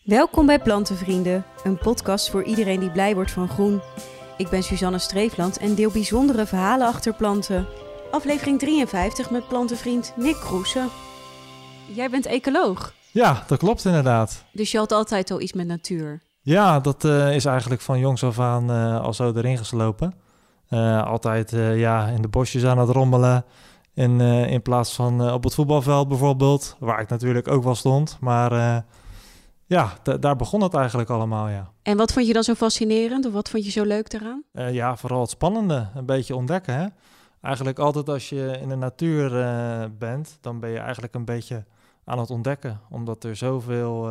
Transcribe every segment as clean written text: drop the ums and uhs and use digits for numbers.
Welkom bij Plantenvrienden, een podcast voor iedereen die blij wordt van groen. Ik ben Suzanne Streefland en deel bijzondere verhalen achter planten. Aflevering 53 met plantenvriend Nick Kroese. Jij bent ecoloog. Ja, dat klopt inderdaad. Dus je had altijd al iets met natuur. Ja, dat is eigenlijk van jongs af aan al zo erin geslopen. Altijd in de bosjes aan het rommelen. In plaats van op het voetbalveld bijvoorbeeld, waar ik natuurlijk ook wel stond. Maar daar begon het eigenlijk allemaal, ja. En wat vond je dan zo fascinerend of wat vond je zo leuk daaraan? Vooral het spannende, een beetje ontdekken, hè. Eigenlijk altijd als je in de natuur bent, dan ben je eigenlijk een beetje aan het ontdekken. Omdat er zoveel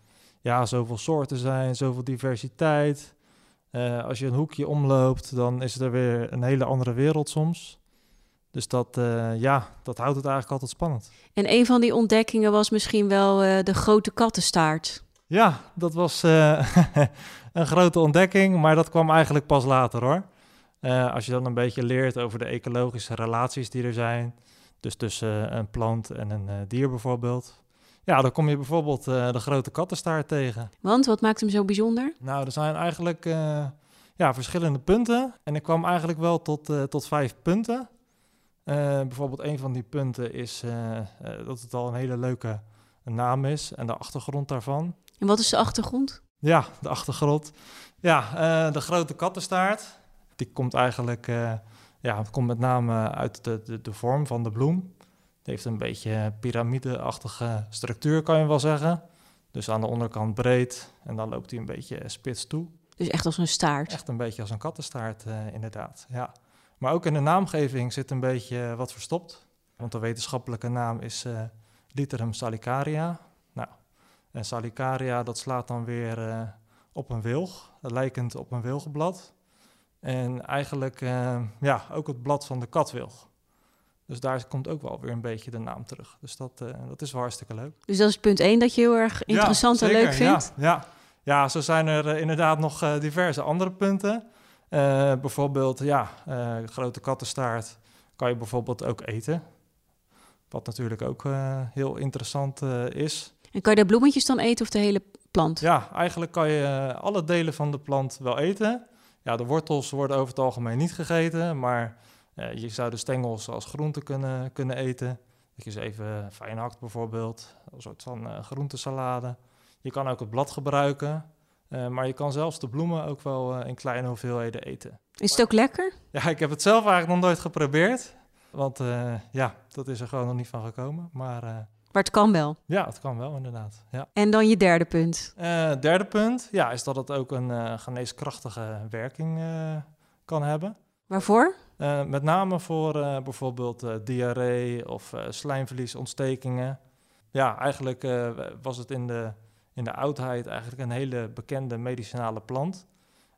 soorten zijn, zoveel diversiteit. Als je een hoekje omloopt, dan is er weer een hele andere wereld soms. Dus dat houdt het eigenlijk altijd spannend. En een van die ontdekkingen was misschien wel de grote kattenstaart. Ja, dat was een grote ontdekking, maar dat kwam eigenlijk pas later hoor. Als je dan een beetje leert over de ecologische relaties die er zijn, dus tussen een plant en een dier bijvoorbeeld. Ja, dan kom je bijvoorbeeld de grote kattenstaart tegen. Want, wat maakt hem zo bijzonder? Nou, er zijn eigenlijk verschillende punten. En ik kwam eigenlijk wel tot 5 punten. Bijvoorbeeld een van die punten is dat het al een hele leuke naam is en de achtergrond daarvan. En wat is de achtergrond? Ja, de achtergrond. Ja, de grote kattenstaart. Die komt eigenlijk komt met name uit de vorm van de bloem. Het heeft een beetje piramideachtige structuur, kan je wel zeggen. Dus aan de onderkant breed en dan loopt hij een beetje spits toe. Dus echt als een staart? Echt een beetje als een kattenstaart, inderdaad, ja. Maar ook in de naamgeving zit een beetje wat verstopt. Want de wetenschappelijke naam is Lythrum salicaria. Nou, en salicaria, dat slaat dan weer op een wilg, lijkend op een wilgenblad. En eigenlijk ook het blad van de katwilg. Dus daar komt ook wel weer een beetje de naam terug. Dus dat is wel hartstikke leuk. Dus dat is punt 1 dat je heel erg interessant en leuk vindt? Ja, zo zijn er inderdaad nog diverse andere punten. Bijvoorbeeld, grote kattenstaart kan je bijvoorbeeld ook eten. Wat natuurlijk ook heel interessant is. En kan je de bloemetjes dan eten of de hele plant? Ja, eigenlijk kan je alle delen van de plant wel eten. Ja, de wortels worden over het algemeen niet gegeten, maar je zou de stengels als groente kunnen eten. Dat je ze even fijn hakt bijvoorbeeld, een soort van groentesalade. Je kan ook het blad gebruiken, maar je kan zelfs de bloemen ook wel in kleine hoeveelheden eten. Is het ook lekker? Ja, ik heb het zelf eigenlijk nog nooit geprobeerd, want dat is er gewoon nog niet van gekomen. Maar het kan wel? Ja, het kan wel inderdaad, ja. En dan je derde punt? Derde punt, is dat het ook een geneeskrachtige werking kan hebben. Waarvoor? Met name voor bijvoorbeeld diarree of slijmvliesontstekingen. Ja, eigenlijk was het in de oudheid eigenlijk een hele bekende medicinale plant.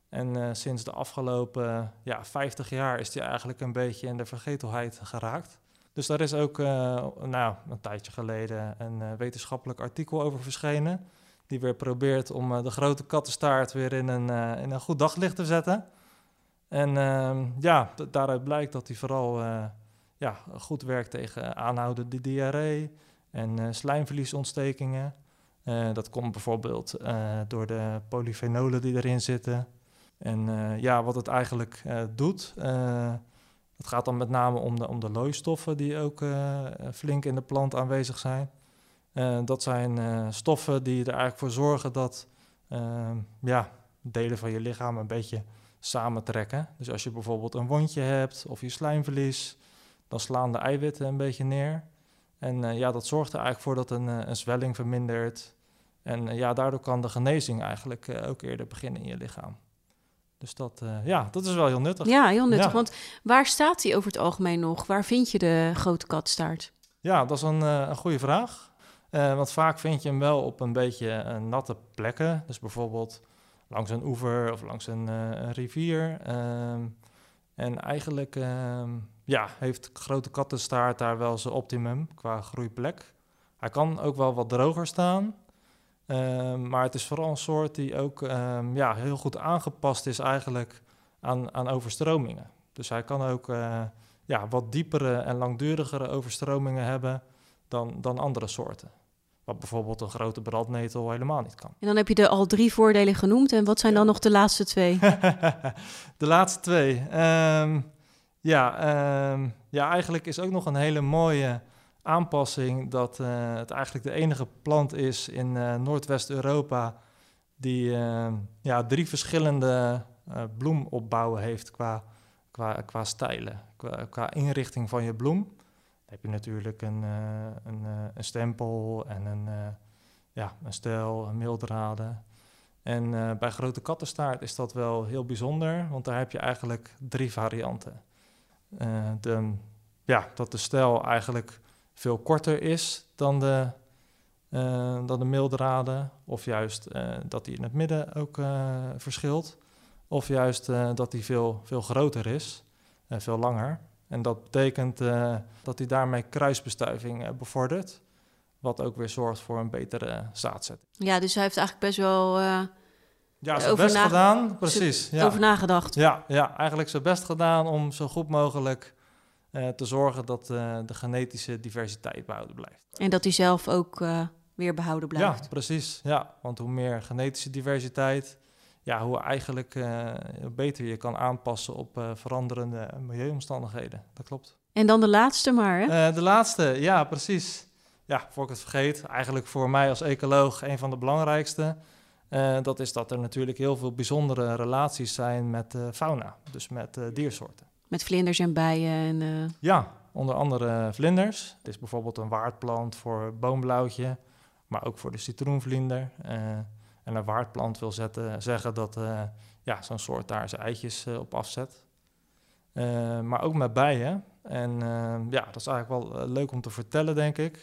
En sinds de afgelopen 50 jaar is die eigenlijk een beetje in de vergetelheid geraakt. Dus daar is ook een tijdje geleden een wetenschappelijk artikel over verschenen. Die weer probeert om de grote kattenstaart weer in een goed daglicht te zetten. En daaruit blijkt dat hij vooral goed werkt tegen aanhoudende diarree en slijmvliesontstekingen. Dat komt bijvoorbeeld door de polyfenolen die erin zitten. En wat het eigenlijk doet, het gaat dan met name om de looistoffen die ook flink in de plant aanwezig zijn. Dat zijn stoffen die er eigenlijk voor zorgen dat delen van je lichaam een beetje samentrekken. Dus als je bijvoorbeeld een wondje hebt of je slijmverlies, dan slaan de eiwitten een beetje neer. En dat zorgt er eigenlijk voor dat een zwelling vermindert. En daardoor kan de genezing eigenlijk ook eerder beginnen in je lichaam. Dus dat is wel heel nuttig. Ja, heel nuttig. Ja. Want waar staat die over het algemeen nog? Waar vind je de grote kattenstaart? Ja, dat is een goede vraag. Want vaak vind je hem wel op een beetje natte plekken. Dus bijvoorbeeld langs een oever of langs een rivier. En eigenlijk heeft grote kattenstaart daar wel zijn optimum qua groeiplek. Hij kan ook wel wat droger staan. Maar het is vooral een soort die ook heel goed aangepast is eigenlijk aan overstromingen. Dus hij kan ook wat diepere en langdurigere overstromingen hebben dan andere soorten. Wat bijvoorbeeld een grote brandnetel helemaal niet kan. En dan heb je al 3 voordelen genoemd. En wat zijn dan nog de laatste 2? De laatste 2. Eigenlijk is ook nog een hele mooie aanpassing dat het eigenlijk de enige plant is in Noordwest-Europa die 3 verschillende bloemopbouwen heeft qua stijlen, qua inrichting van je bloem. Dan heb je natuurlijk een stempel en een stijl, een meeldraden. En bij grote kattenstaart is dat wel heel bijzonder, want daar heb je eigenlijk 3 varianten. Dat de stijl eigenlijk veel korter is dan de meeldraden, of juist dat die in het midden ook verschilt, of juist dat die veel groter is, veel langer. En dat betekent dat hij daarmee kruisbestuiving bevordert, wat ook weer zorgt voor een betere zaadzetting. Ja, dus hij heeft eigenlijk best wel zijn best gedaan, precies. Over nagedacht. Ja, eigenlijk zijn best gedaan om zo goed mogelijk te zorgen dat de genetische diversiteit behouden blijft. En dat hij zelf ook weer behouden blijft. Ja, precies. Ja, want hoe meer genetische diversiteit, hoe eigenlijk beter je kan aanpassen op veranderende milieuomstandigheden. Dat klopt. En dan de laatste maar, hè? De laatste, ja, precies. Ja, voor ik het vergeet, eigenlijk voor mij als ecoloog een van de belangrijkste. Dat is dat er natuurlijk heel veel bijzondere relaties zijn met fauna, dus met diersoorten. Met vlinders en bijen en... Ja, onder andere vlinders. Het is bijvoorbeeld een waardplant voor boomblauwtje, maar ook voor de citroenvlinder. En een waardplant wil zeggen dat zo'n soort daar zijn eitjes op afzet. Maar ook met bijen. En dat is eigenlijk wel leuk om te vertellen, denk ik.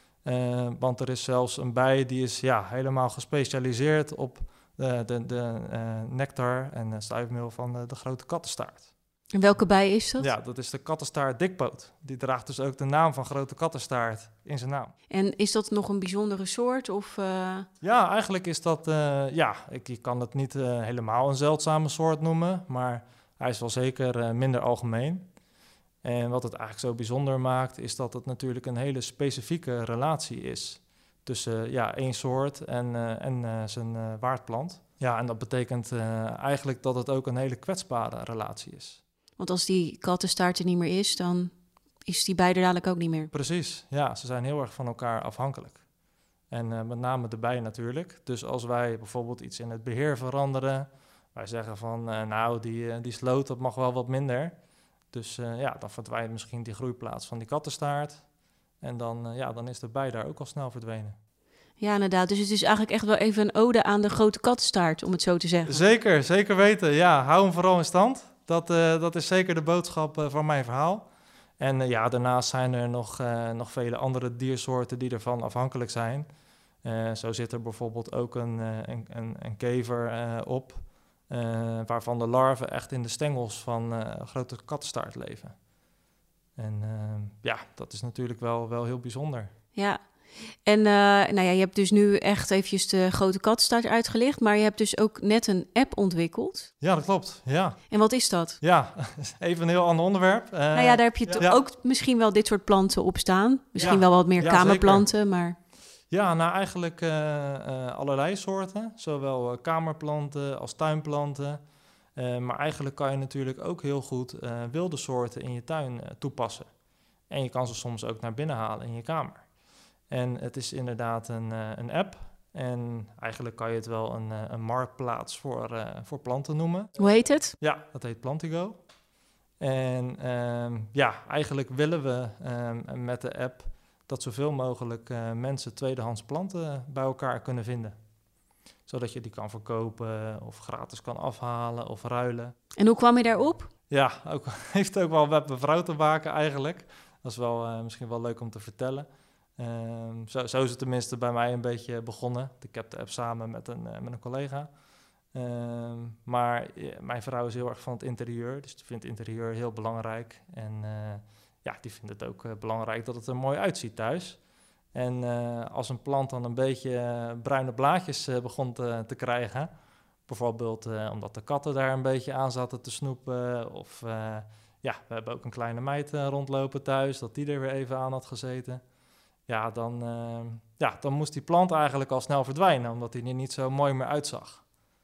Want er is zelfs een bij die is helemaal gespecialiseerd op de nectar en stuifmeel van de grote kattenstaart. En welke bij is dat? Ja, dat is de kattenstaart dikpoot. Die draagt dus ook de naam van grote kattenstaart in zijn naam. En is dat nog een bijzondere soort? Of, Ja, eigenlijk is dat... ik kan het niet helemaal een zeldzame soort noemen, maar hij is wel zeker minder algemeen. En wat het eigenlijk zo bijzonder maakt, is dat het natuurlijk een hele specifieke relatie is tussen één soort en zijn waardplant. Ja, en dat betekent eigenlijk dat het ook een hele kwetsbare relatie is. Want als die kattenstaart er niet meer is, dan is die bij er dadelijk ook niet meer. Precies, ja, ze zijn heel erg van elkaar afhankelijk. En met name de bijen natuurlijk. Dus als wij bijvoorbeeld iets in het beheer veranderen, wij zeggen van die sloot, dat mag wel wat minder. Dus dan verdwijnt misschien die groeiplaats van die kattenstaart. En dan is de bij daar ook al snel verdwenen. Ja, inderdaad. Dus het is eigenlijk echt wel even een ode aan de grote kattenstaart, om het zo te zeggen. Zeker weten. Ja, hou hem vooral in stand. Dat is zeker de boodschap van mijn verhaal. En daarnaast zijn er nog vele andere diersoorten die ervan afhankelijk zijn. Zo zit er bijvoorbeeld ook een kever op, waarvan de larven echt in de stengels van grote kattenstaart leven. En dat is natuurlijk wel heel bijzonder. Ja, en je hebt dus nu echt eventjes de grote kattenstaart uitgelicht, maar je hebt dus ook net een app ontwikkeld. Ja, dat klopt, ja. En wat is dat? Ja, even een heel ander onderwerp. Daar heb je ook misschien wel dit soort planten op staan. Misschien wel wat meer kamerplanten, zeker. Maar... Ja, eigenlijk allerlei soorten. Zowel kamerplanten als tuinplanten. Maar eigenlijk kan je natuurlijk ook heel goed wilde soorten in je tuin toepassen. En je kan ze soms ook naar binnen halen in je kamer. En het is inderdaad een app. En eigenlijk kan je het wel een marktplaats voor planten noemen. Hoe heet het? Ja, dat heet Plantigo. En eigenlijk willen we met de app dat zoveel mogelijk mensen tweedehands planten bij elkaar kunnen vinden. Zodat je die kan verkopen of gratis kan afhalen of ruilen. En hoe kwam je daarop? Ja, heeft ook wel met mijn vrouw te maken eigenlijk. Dat is wel misschien wel leuk om te vertellen. Zo is het tenminste bij mij een beetje begonnen. Ik heb de app samen met een collega. Maar mijn vrouw is heel erg van het interieur, dus die vindt interieur heel belangrijk. En die vindt het ook belangrijk dat het er mooi uitziet thuis. En als een plant dan een beetje bruine blaadjes begon te krijgen, bijvoorbeeld omdat de katten daar een beetje aan zaten te snoepen, of we hebben ook een kleine meid rondlopen thuis, dat die er weer even aan had gezeten. Ja, dan moest die plant eigenlijk al snel verdwijnen, omdat hij er niet zo mooi meer uitzag.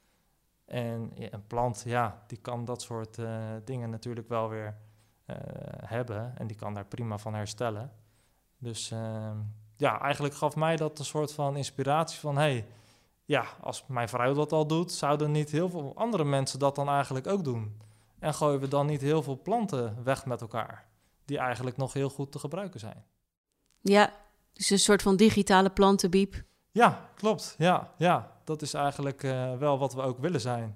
En een plant, die kan dat soort dingen natuurlijk wel weer hebben. En die kan daar prima van herstellen. Dus eigenlijk gaf mij dat een soort van inspiratie van... als mijn vrouw dat al doet, zouden niet heel veel andere mensen dat dan eigenlijk ook doen? En gooien we dan niet heel veel planten weg met elkaar, die eigenlijk nog heel goed te gebruiken zijn? Ja, dus een soort van digitale plantenbiep. Ja, klopt. Ja, dat is eigenlijk wel wat we ook willen zijn.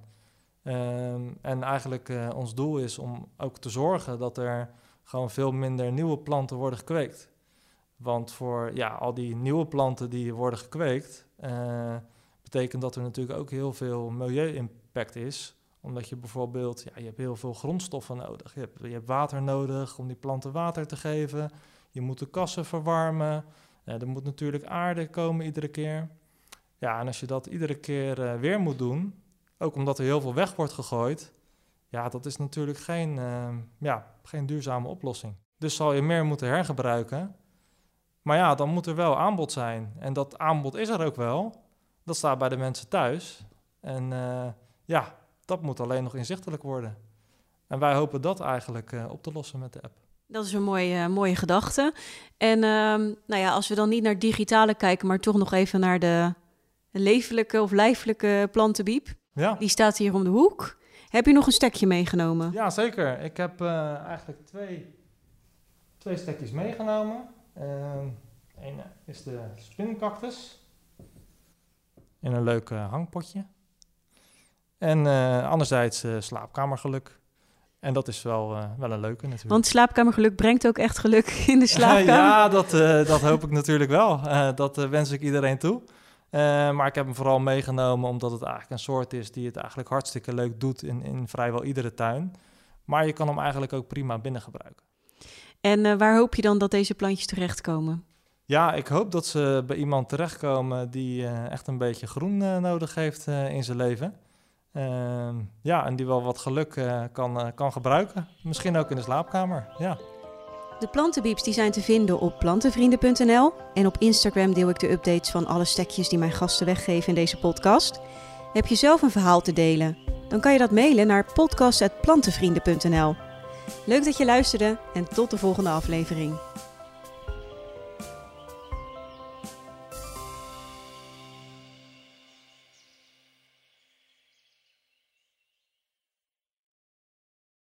En eigenlijk ons doel is om ook te zorgen dat er gewoon veel minder nieuwe planten worden gekweekt. Want voor al die nieuwe planten die worden gekweekt, betekent dat er natuurlijk ook heel veel milieu-impact is. Omdat je bijvoorbeeld, je hebt heel veel grondstoffen nodig. Je hebt water nodig om die planten water te geven. Je moet de kassen verwarmen. Er moet natuurlijk aarde komen iedere keer. Ja, en als je dat iedere keer weer moet doen, ook omdat er heel veel weg wordt gegooid, dat is natuurlijk geen duurzame oplossing. Dus zal je meer moeten hergebruiken. Maar dan moet er wel aanbod zijn. En dat aanbod is er ook wel. Dat staat bij de mensen thuis. En dat moet alleen nog inzichtelijk worden. En wij hopen dat eigenlijk op te lossen met de app. Dat is een mooie gedachte. En als we dan niet naar digitale kijken, maar toch nog even naar de levelijke of lijfelijke plantenbiep. Ja. Die staat hier om de hoek. Heb je nog een stekje meegenomen? Ja, zeker. Ik heb eigenlijk twee stekjes meegenomen. Eén is de spinningcactus in een leuk hangpotje. En anderzijds slaapkamergeluk. En dat is wel een leuke natuurlijk. Want slaapkamergeluk brengt ook echt geluk in de slaapkamer? Dat hoop ik natuurlijk wel. Dat wens ik iedereen toe. Maar ik heb hem vooral meegenomen omdat het eigenlijk een soort is die het eigenlijk hartstikke leuk doet in vrijwel iedere tuin. Maar je kan hem eigenlijk ook prima binnen gebruiken. En waar hoop je dan dat deze plantjes terechtkomen? Ja, ik hoop dat ze bij iemand terechtkomen die echt een beetje groen nodig heeft in zijn leven. En die wel wat geluk kan gebruiken. Misschien ook in de slaapkamer, ja. De plantenbieps die zijn te vinden op plantenvrienden.nl. En op Instagram deel ik de updates van alle stekjes die mijn gasten weggeven in deze podcast. Heb je zelf een verhaal te delen? Dan kan je dat mailen naar podcast@plantenvrienden.nl. Leuk dat je luisterde en tot de volgende aflevering.